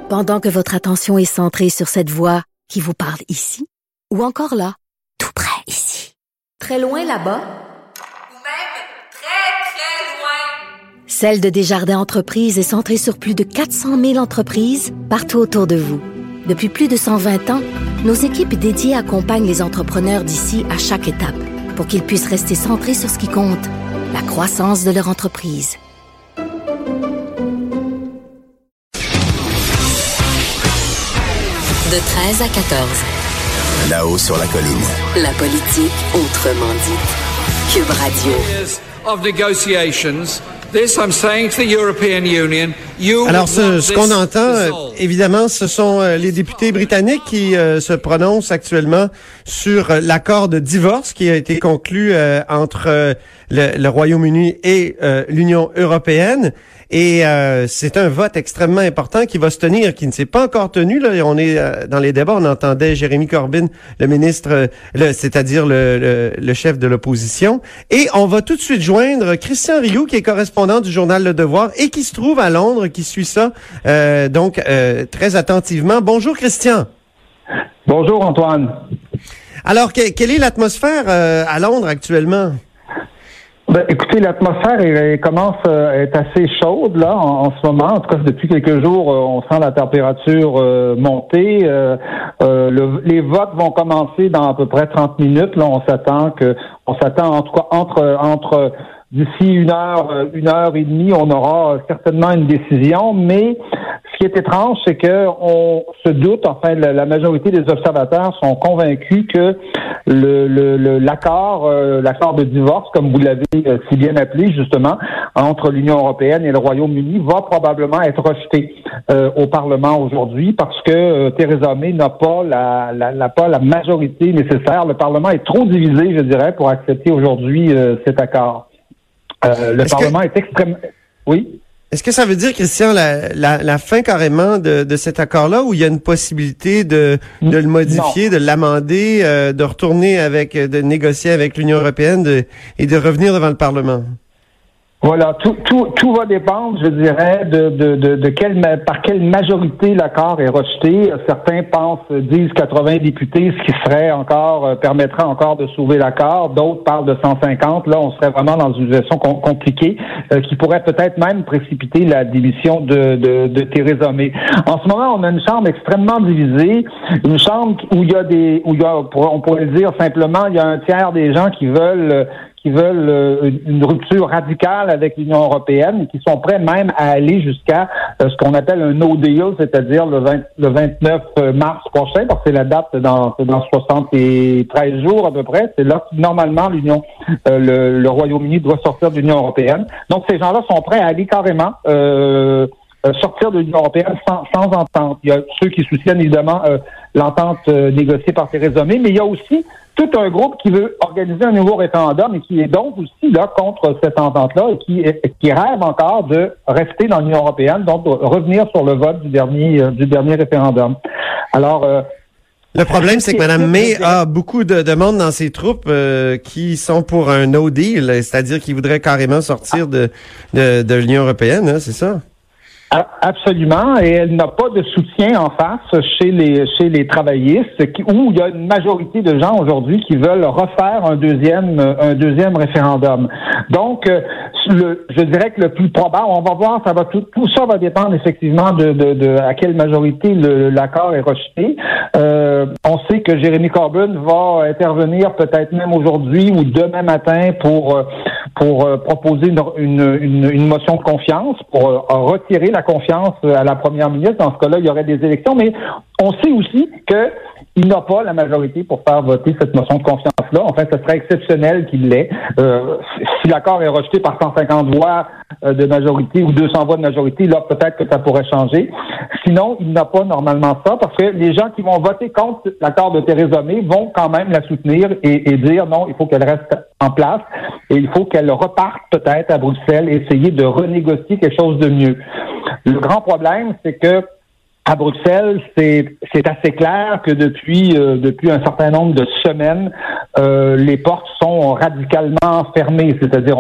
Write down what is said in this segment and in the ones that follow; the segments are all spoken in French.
Pendant que votre attention est centrée sur cette voix qui vous parle ici, ou encore là, tout près ici, très loin là-bas, ou même très, très loin. Celle de Desjardins Entreprises est centrée sur plus de 400 000 entreprises partout autour de vous. Depuis plus de 120 ans, nos équipes dédiées accompagnent les entrepreneurs d'ici à chaque étape pour qu'ils puissent rester centrés sur ce qui compte, la croissance de leur entreprise. De 13 à 14. Là-haut sur la colline. La politique autrement dite. Cube Radio. Of negotiations. This I'm saying to the European Union. Alors, ce qu'on entend, évidemment, ce sont les députés britanniques qui se prononcent actuellement sur l'accord de divorce qui a été conclu entre le Royaume-Uni et l'Union européenne. Et c'est un vote extrêmement important qui va se tenir, qui ne s'est pas encore tenu. Là, on est dans les débats, on entendait Jeremy Corbyn, le ministre, c'est-à-dire le chef de l'opposition. Et on va tout de suite joindre Christian Rioux, qui est correspondant du journal Le Devoir et qui se trouve à Londres, qui suit ça donc très attentivement. Bonjour Christian. Bonjour Antoine. Alors, quelle est l'atmosphère à Londres actuellement? Ben, écoutez, l'atmosphère commence à être assez chaude là en ce moment. En tout cas, depuis quelques jours, on sent la température monter. Les votes vont commencer dans à peu près 30 minutes. Là, on s'attend en tout cas entre d'ici une heure et demie, on aura certainement une décision. Mais ce qui est étrange, c'est que on se doute, enfin, la majorité des observateurs sont convaincus que l'accord de divorce, comme vous l'avez si bien appelé justement, entre l'Union européenne et le Royaume-Uni, va probablement être rejeté au Parlement aujourd'hui parce que Theresa May n'a pas la majorité nécessaire. Le Parlement est trop divisé, je dirais, pour accepter aujourd'hui cet accord. Le Parlement est extrêmement... Oui? Est-ce que ça veut dire, Christian, la fin carrément de cet accord-là, où il y a une possibilité de le modifier, de l'amender, de retourner de négocier avec l'Union européenne et de revenir devant le Parlement? Voilà, tout va dépendre, je dirais, par quelle majorité l'accord est rejeté. Certains disent 80 députés, ce qui serait permettrait encore de sauver l'accord. D'autres parlent de 150. Là, on serait vraiment dans une situation compliquée, qui pourrait peut-être même précipiter la démission de Theresa May. En ce moment, on a une chambre extrêmement divisée, une chambre on pourrait le dire simplement, il y a un tiers des gens qui veulent une rupture radicale avec l'Union européenne et qui sont prêts même à aller jusqu'à ce qu'on appelle un no deal, c'est-à-dire le 29 mars prochain, parce que c'est la date dans 73 jours à peu près. C'est là que normalement le Royaume-Uni doit sortir de l'Union européenne. Donc ces gens-là sont prêts à aller carrément sortir de l'Union européenne sans entente. Il y a ceux qui soutiennent évidemment l'entente négociée par Theresa May, mais il y a aussi tout un groupe qui veut organiser un nouveau référendum et qui est donc aussi là contre cette entente-là et qui rêve encore de rester dans l'Union européenne, donc de revenir sur le vote du dernier référendum. Alors, le problème, c'est que Mme May a beaucoup de demandes dans ses troupes qui sont pour un no deal, c'est-à-dire qu'ils voudraient carrément sortir de l'Union européenne, hein, c'est ça? Absolument, et elle n'a pas de soutien en face chez les travaillistes, où il y a une majorité de gens aujourd'hui qui veulent refaire un deuxième référendum. Donc, je dirais que le plus probable, on va voir, tout ça va dépendre effectivement de à quelle majorité l'accord est rejeté. On sait que Jeremy Corbyn va intervenir peut-être même aujourd'hui ou demain matin pour proposer une motion de confiance, pour retirer la confiance à la première ministre. Dans ce cas-là, il y aurait des élections, mais on sait aussi qu'il n'a pas la majorité pour faire voter cette motion de confiance-là. Enfin, ce serait exceptionnel qu'il l'ait. Si l'accord est rejeté par 150 voix de majorité ou 200 voix de majorité, là, peut-être que ça pourrait changer. Sinon, il n'a pas normalement ça, parce que les gens qui vont voter contre l'accord de Theresa May vont quand même la soutenir et dire non, il faut qu'elle reste en place et il faut qu'elle reparte peut-être à Bruxelles et essayer de renégocier quelque chose de mieux. Le grand problème, c'est que à Bruxelles, c'est assez clair que depuis un certain nombre de semaines, les portes sont radicalement fermées. C'est-à-dire,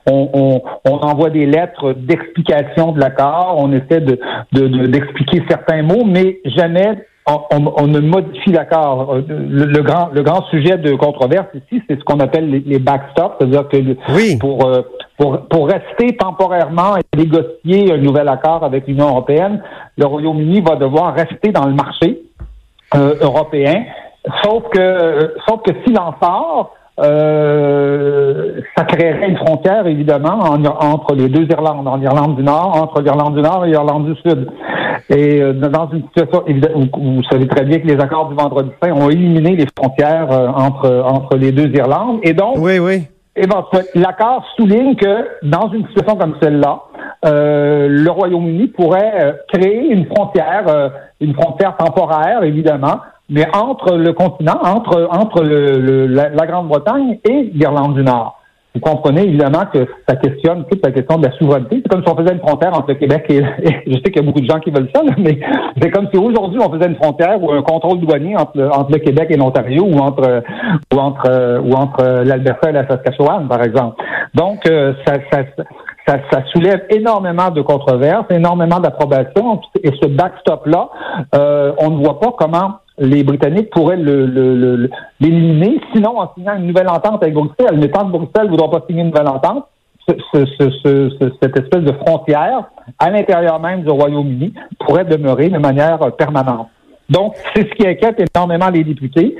on envoie des lettres d'explication de l'accord, on essaie d'expliquer certains mots, mais jamais on ne modifie l'accord. Le grand sujet de controverse ici, c'est ce qu'on appelle les backstops, c'est-à-dire que pour rester temporairement et négocier un nouvel accord avec l'Union européenne, le Royaume-Uni va devoir rester dans le marché européen, sauf que s'il en sort, ça créerait une frontière, évidemment, entre les deux Irlandes, entre l'Irlande du Nord et l'Irlande du Sud. Et dans une situation, évidemment, vous savez très bien que les accords du Vendredi Saint ont éliminé les frontières entre les deux Irlandes. Et donc, l'accord souligne que dans une situation comme celle-là, le Royaume-Uni pourrait créer une frontière temporaire, évidemment, mais entre le continent, entre la Grande-Bretagne et l'Irlande du Nord. Vous comprenez évidemment que ça questionne toute la question de la souveraineté. C'est comme si on faisait une frontière entre le Québec et je sais qu'il y a beaucoup de gens qui veulent ça, mais c'est comme si aujourd'hui on faisait une frontière ou un contrôle douanier entre le Québec et l'Ontario ou entre l'Alberta et la Saskatchewan, par exemple. Donc ça soulève énormément de controverses, énormément d'approbation, et ce backstop-là, on ne voit pas comment les Britanniques pourraient l'éliminer, sinon en signant une nouvelle entente avec Bruxelles. Mais tant que Bruxelles ne voudra pas signer une nouvelle entente, cette espèce de frontière à l'intérieur même du Royaume-Uni pourrait demeurer de manière permanente. Donc, c'est ce qui inquiète énormément les députés.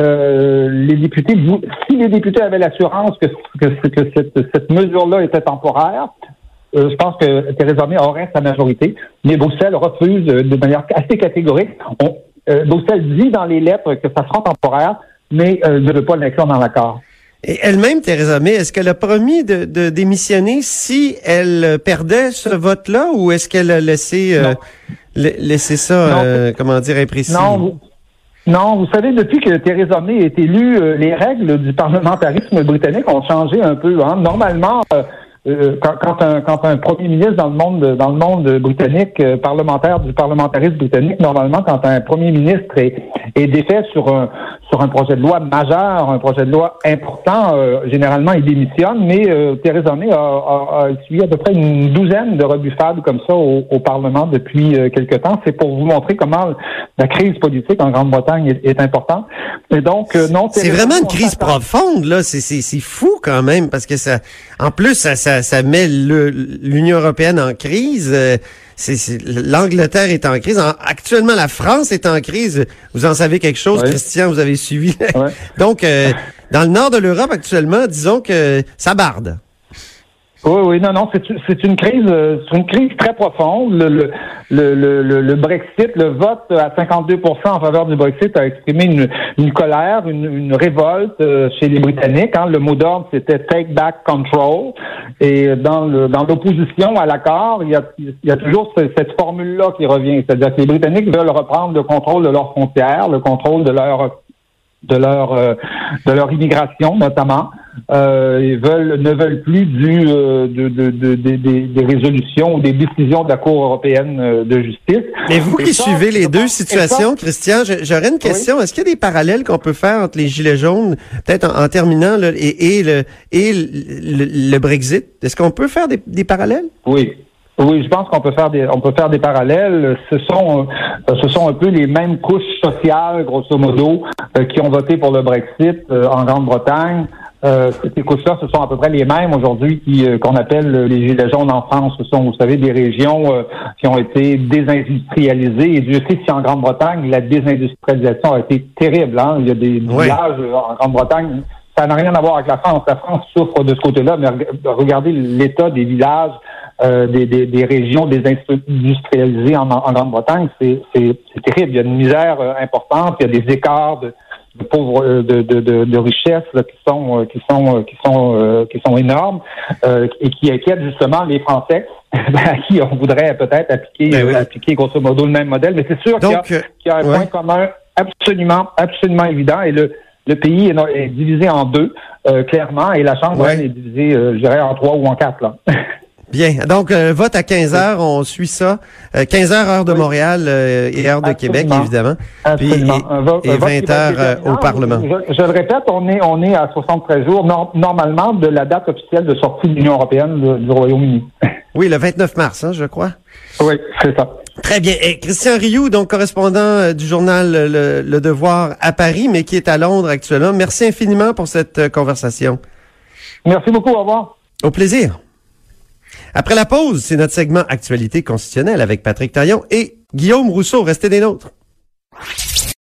Si les députés avaient l'assurance que cette mesure-là était temporaire, je pense que Theresa May aurait sa majorité, mais Bruxelles refuse de manière assez catégorique. Bruxelles dit dans les lettres que ça sera temporaire, mais ne veut pas l'inclure dans l'accord. Et elle-même, Theresa May, est-ce qu'elle a promis de démissionner si elle perdait ce vote-là, ou est-ce qu'elle a laissé ça, imprécis? Non, vous savez, depuis que Theresa May est élue, les règles du parlementarisme britannique ont changé un peu. Hein. Normalement, quand un premier ministre dans le monde britannique, du parlementarisme britannique, normalement, quand un premier ministre est défait sur un projet de loi majeur, un projet de loi important, généralement il démissionne, mais Theresa May a essuyé à peu près une douzaine de rebuffades comme ça au Parlement depuis quelque temps. C'est pour vous montrer comment la crise politique en Grande-Bretagne est importante. Et donc, non, c'est vraiment une crise profonde, là. C'est fou quand même, parce que en plus, ça met l'Union européenne en crise. L'Angleterre est en crise. Actuellement, la France est en crise. Vous en savez quelque chose, Christian, vous avez suivi. Ouais. Donc, dans le nord de l'Europe actuellement, disons que ça barde. Oui, non, c'est une crise très profonde. Le Brexit, le vote à 52% en faveur du Brexit a exprimé une colère, une révolte chez les Britanniques. Hein. Le mot d'ordre, c'était Take Back Control. Et dans l'opposition à l'accord, il y a toujours cette formule-là qui revient. C'est-à-dire que les Britanniques veulent reprendre le contrôle de leurs frontières, le contrôle de leur immigration notamment. Ils ne veulent plus des résolutions ou des décisions de la Cour européenne de justice. Mais vous qui suivez les deux situations, Christian, j'aurais une question. Oui. Est-ce qu'il y a des parallèles qu'on peut faire entre les Gilets jaunes, peut-être en terminant, là, et le Brexit? Est-ce qu'on peut faire des parallèles? Oui. Oui, je pense qu'on peut faire des parallèles. Ce sont un peu les mêmes couches sociales, grosso modo, qui ont voté pour le Brexit en Grande-Bretagne. Ces couches-là, ce sont à peu près les mêmes aujourd'hui qu'on appelle les Gilets jaunes en France. Ce sont, vous savez, des régions qui ont été désindustrialisées. Et Dieu sait si en Grande-Bretagne, la désindustrialisation a été terrible. Hein? Il y a des villages en Grande-Bretagne. Ça n'a rien à voir avec la France. La France souffre de ce côté-là, mais regardez l'état des villages, des régions désindustrialisées en Grande-Bretagne, c'est terrible. Il y a une misère importante, il y a des écarts de richesse là, qui sont énormes et qui inquiètent justement les Français à qui on voudrait peut-être appliquer grosso modo le même modèle. Mais c'est sûr qu'il y a un point commun absolument évident, et le pays est divisé en deux, clairement, et la Chambre est divisée, je dirais, en 3 ou en 4, là. Bien. Donc, vote à 15h, on suit ça. 15h, heure de Montréal et heure de Québec, évidemment. Absolument. Puis, et 20h au Parlement. Je le répète, on est à 73 jours, normalement, de la date officielle de sortie de l'Union européenne du Royaume-Uni. Oui, le 29 mars, je crois. Oui, c'est ça. Très bien. Et Christian Rioux, donc correspondant du journal Le Devoir à Paris, mais qui est à Londres actuellement. Merci infiniment pour cette conversation. Merci beaucoup. Au revoir. Au plaisir. Après la pause, c'est notre segment Actualité constitutionnelle avec Patrick Taillon et Guillaume Rousseau. Restez des nôtres.